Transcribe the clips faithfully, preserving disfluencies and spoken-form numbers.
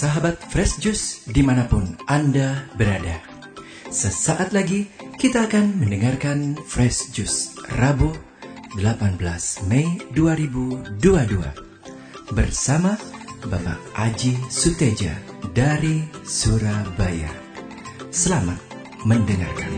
sahabat Fresh Juice dimanapun Anda berada. Sesaat lagi kita akan mendengarkan Fresh Juice Rabu delapan belas Mei dua ribu dua puluh dua bersama Bapak Aji Suteja dari Surabaya. Selamat mendengarkan.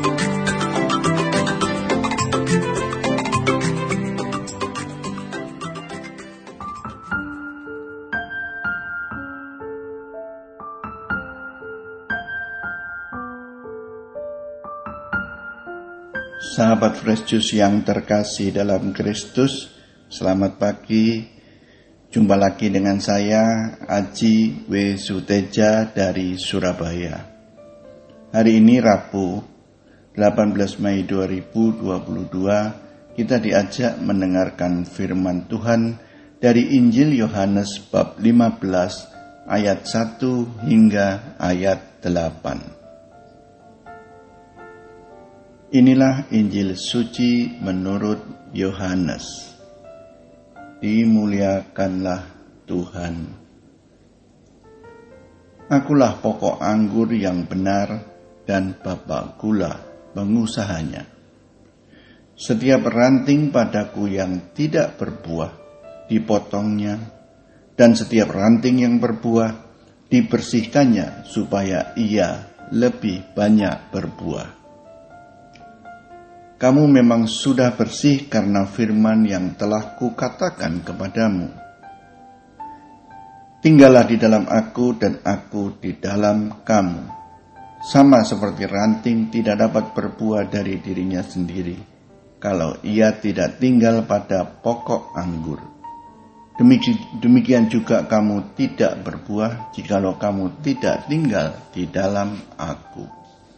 Sahabat Fresh Juice yang terkasih dalam Kristus, selamat pagi. Jumpa lagi dengan saya, Aji W. Suteja dari Surabaya. Hari ini Rabu, delapan belas Mei dua ribu dua puluh dua, kita diajak mendengarkan firman Tuhan dari Injil Yohanes bab lima belas ayat satu hingga ayat delapan. Inilah Injil suci menurut Yohanes. Dimuliakanlah Tuhan. Akulah pokok anggur yang benar dan Bapa gula pengusahanya. Setiap ranting padaku yang tidak berbuah dipotongnya, dan setiap ranting yang berbuah dibersihkannya supaya ia lebih banyak berbuah. Kamu memang sudah bersih karena firman yang telah kukatakan kepadamu. Tinggallah di dalam aku dan aku di dalam kamu. Sama seperti ranting tidak dapat berbuah dari dirinya sendiri, kalau ia tidak tinggal pada pokok anggur. Demikian juga kamu tidak berbuah jikalau kamu tidak tinggal di dalam aku.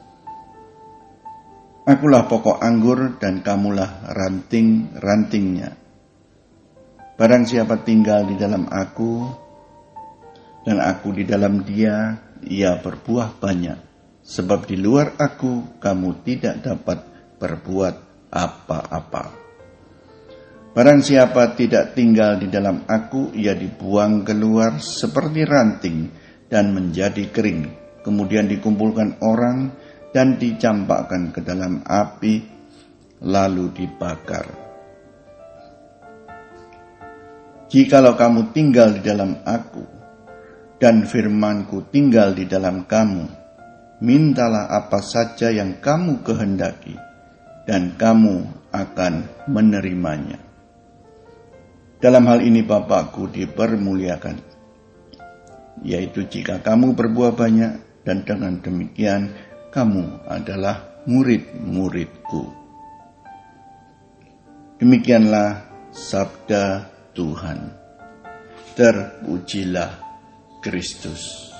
Akulah pokok anggur dan kamulah ranting-rantingnya. Barang siapa tinggal di dalam aku dan aku di dalam dia, ia berbuah banyak. Sebab di luar aku kamu tidak dapat berbuat apa-apa. Barang siapa tidak tinggal di dalam aku, ia dibuang keluar seperti ranting dan menjadi kering. Kemudian dikumpulkan orang dan dicampakkan ke dalam api, lalu dibakar. Jikalau kamu tinggal di dalam aku, dan firmanku tinggal di dalam kamu, mintalah apa saja yang kamu kehendaki, dan kamu akan menerimanya. Dalam hal ini Bapakku dipermuliakan, yaitu jika kamu berbuah banyak, dan dengan demikian kamu adalah murid-muridku. Demikianlah sabda Tuhan. Terpujilah Kristus.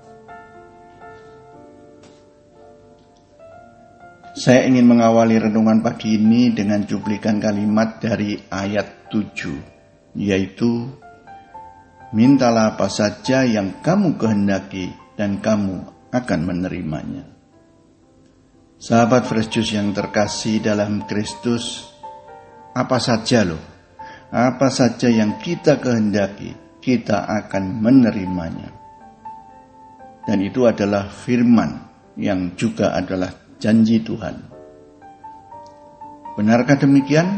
Saya ingin mengawali renungan pagi ini dengan cuplikan kalimat dari ayat tujuh, yaitu, mintalah apa saja yang kamu kehendaki dan kamu akan menerimanya. Sahabat Fresh Juice yang terkasih dalam Kristus, apa saja loh, apa saja yang kita kehendaki, kita akan menerimanya. Dan itu adalah firman yang juga adalah janji Tuhan. Benarkah demikian?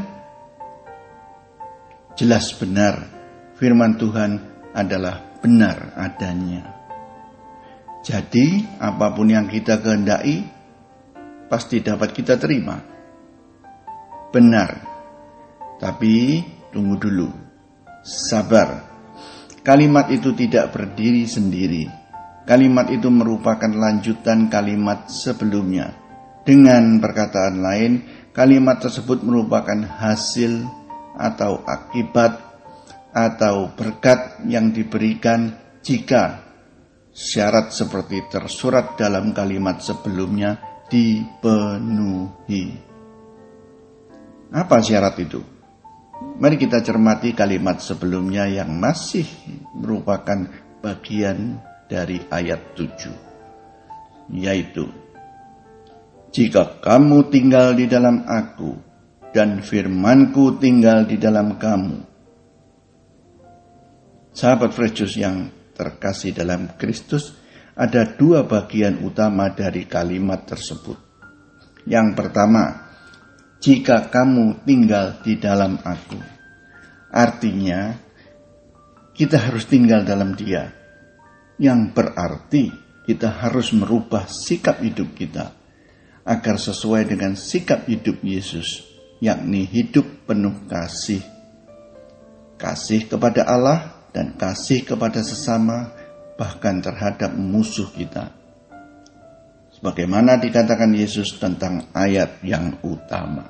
Jelas benar, firman Tuhan adalah benar adanya. Jadi, apapun yang kita kehendaki, pasti dapat kita terima. Benar. Tapi tunggu dulu. Sabar. Kalimat itu tidak berdiri sendiri. Kalimat itu merupakan lanjutan kalimat sebelumnya. Dengan perkataan lain, kalimat tersebut merupakan hasil atau akibat atau berkat yang diberikan jika syarat seperti tersurat dalam kalimat sebelumnya dipenuhi. Apa syarat itu? Mari kita cermati kalimat sebelumnya yang masih merupakan bagian dari ayat tujuh, yaitu, jika kamu tinggal di dalam aku dan firmanku tinggal di dalam kamu. Sahabat Fresh Juice yang terkasih dalam Kristus, ada dua bagian utama dari kalimat tersebut. Yang pertama, jika kamu tinggal di dalam aku. Artinya, kita harus tinggal dalam Dia. Yang berarti kita harus merubah sikap hidup kita agar sesuai dengan sikap hidup Yesus, yakni hidup penuh kasih. Kasih kepada Allah dan kasih kepada sesama, bahkan terhadap musuh kita. Sebagaimana dikatakan Yesus tentang ayat yang utama.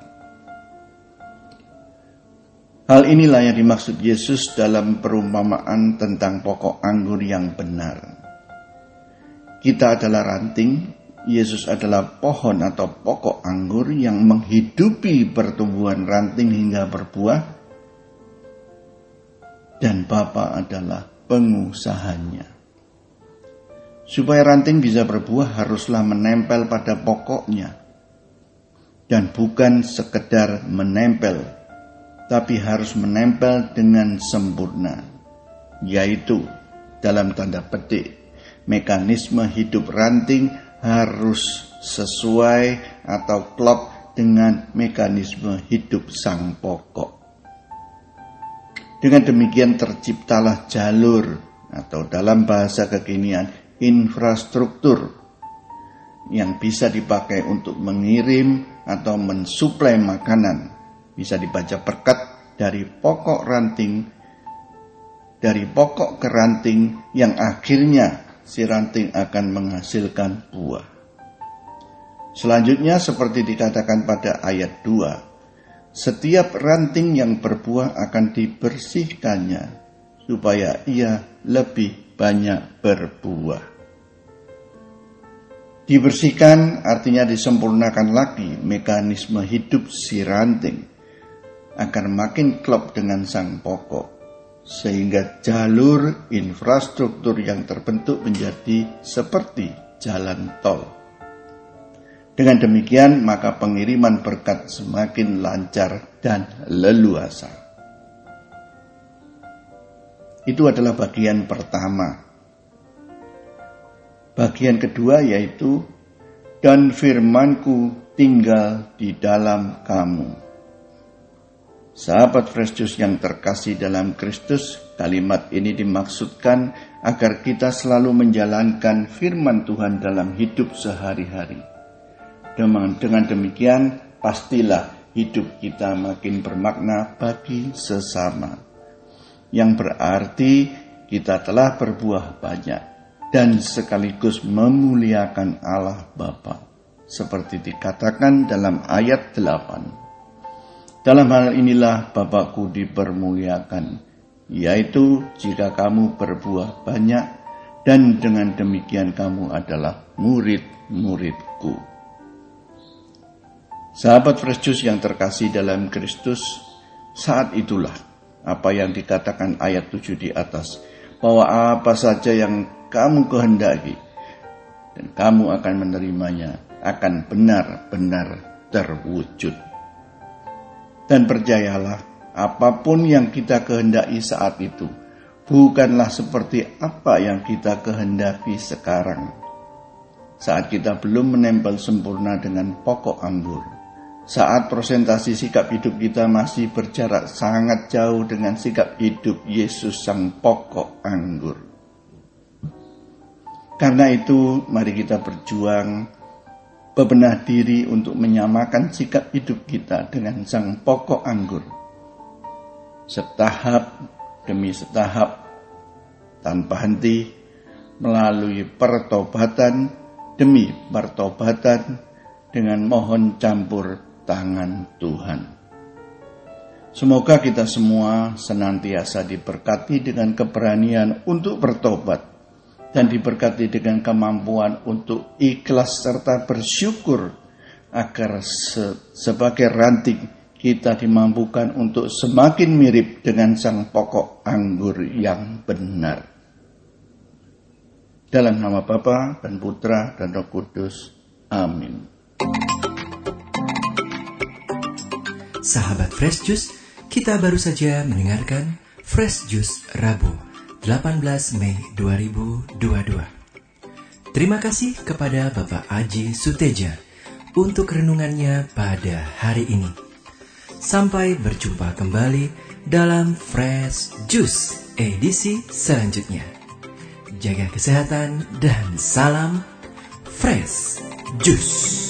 Hal inilah yang dimaksud Yesus dalam perumpamaan tentang pokok anggur yang benar. Kita adalah ranting, Yesus adalah pohon atau pokok anggur yang menghidupi pertumbuhan ranting hingga berbuah, dan Bapa adalah pengusahanya. Supaya ranting bisa berbuah haruslah menempel pada pokoknya, dan bukan sekedar menempel, tapi harus menempel dengan sempurna, yaitu dalam tanda petik, mekanisme hidup ranting harus sesuai atau klop dengan mekanisme hidup sang pokok. Dengan demikian terciptalah jalur atau dalam bahasa kekinian infrastruktur yang bisa dipakai untuk mengirim atau mensuplai makanan. Bisa dibaca berkat dari pokok ranting, dari pokok ke ranting yang akhirnya si ranting akan menghasilkan buah. Selanjutnya seperti dikatakan pada ayat dua, setiap ranting yang berbuah akan dibersihkannya supaya ia lebih banyak berbuah. Dibersihkan artinya disempurnakan lagi mekanisme hidup si ranting agar makin klop dengan sang pokok, sehingga jalur infrastruktur yang terbentuk menjadi seperti jalan tol. Dengan demikian, maka pengiriman berkat semakin lancar dan leluasa. Itu adalah bagian pertama. Bagian kedua yaitu, dan firmanku tinggal di dalam kamu. Sahabat Fresh Juice yang terkasih dalam Kristus, kalimat ini dimaksudkan agar kita selalu menjalankan firman Tuhan dalam hidup sehari-hari. Dengan, dengan demikian, pastilah hidup kita makin bermakna bagi sesama. Yang berarti kita telah berbuah banyak dan sekaligus memuliakan Allah Bapa, seperti dikatakan dalam ayat delapan. Dalam hal inilah Bapakku dipermuliakan, yaitu jika kamu berbuah banyak, dan dengan demikian kamu adalah murid-muridku. Sahabat Fresh Juice yang terkasih dalam Kristus, saat itulah apa yang dikatakan ayat tujuh di atas, bahwa apa saja yang kamu kehendaki, dan kamu akan menerimanya, akan benar-benar terwujud. Dan percayalah, apapun yang kita kehendaki saat itu, bukanlah seperti apa yang kita kehendaki sekarang. Saat kita belum menempel sempurna dengan pokok anggur, saat presentasi sikap hidup kita masih berjarak sangat jauh dengan sikap hidup Yesus sang pokok anggur. Karena itu, mari kita berjuang, bebenah diri untuk menyamakan sikap hidup kita dengan sang pokok anggur. Setahap demi setahap, tanpa henti, melalui pertobatan demi pertobatan, dengan mohon campur tangan Tuhan. Semoga kita semua senantiasa diberkati dengan keberanian untuk bertobat, dan diberkati dengan kemampuan untuk ikhlas serta bersyukur, agar se- sebagai ranting kita dimampukan untuk semakin mirip dengan sang pokok anggur yang benar. Dalam nama Bapa dan Putra dan Roh Kudus. Amin. Sahabat Fresh Juice, kita baru saja mendengarkan Fresh Juice Rabu, delapan belas Mei dua ribu dua puluh dua. Terima kasih kepada Bapak Aji Suteja untuk renungannya pada hari ini. Sampai berjumpa kembali dalam Fresh Juice edisi selanjutnya. Jaga kesehatan dan salam Fresh Juice.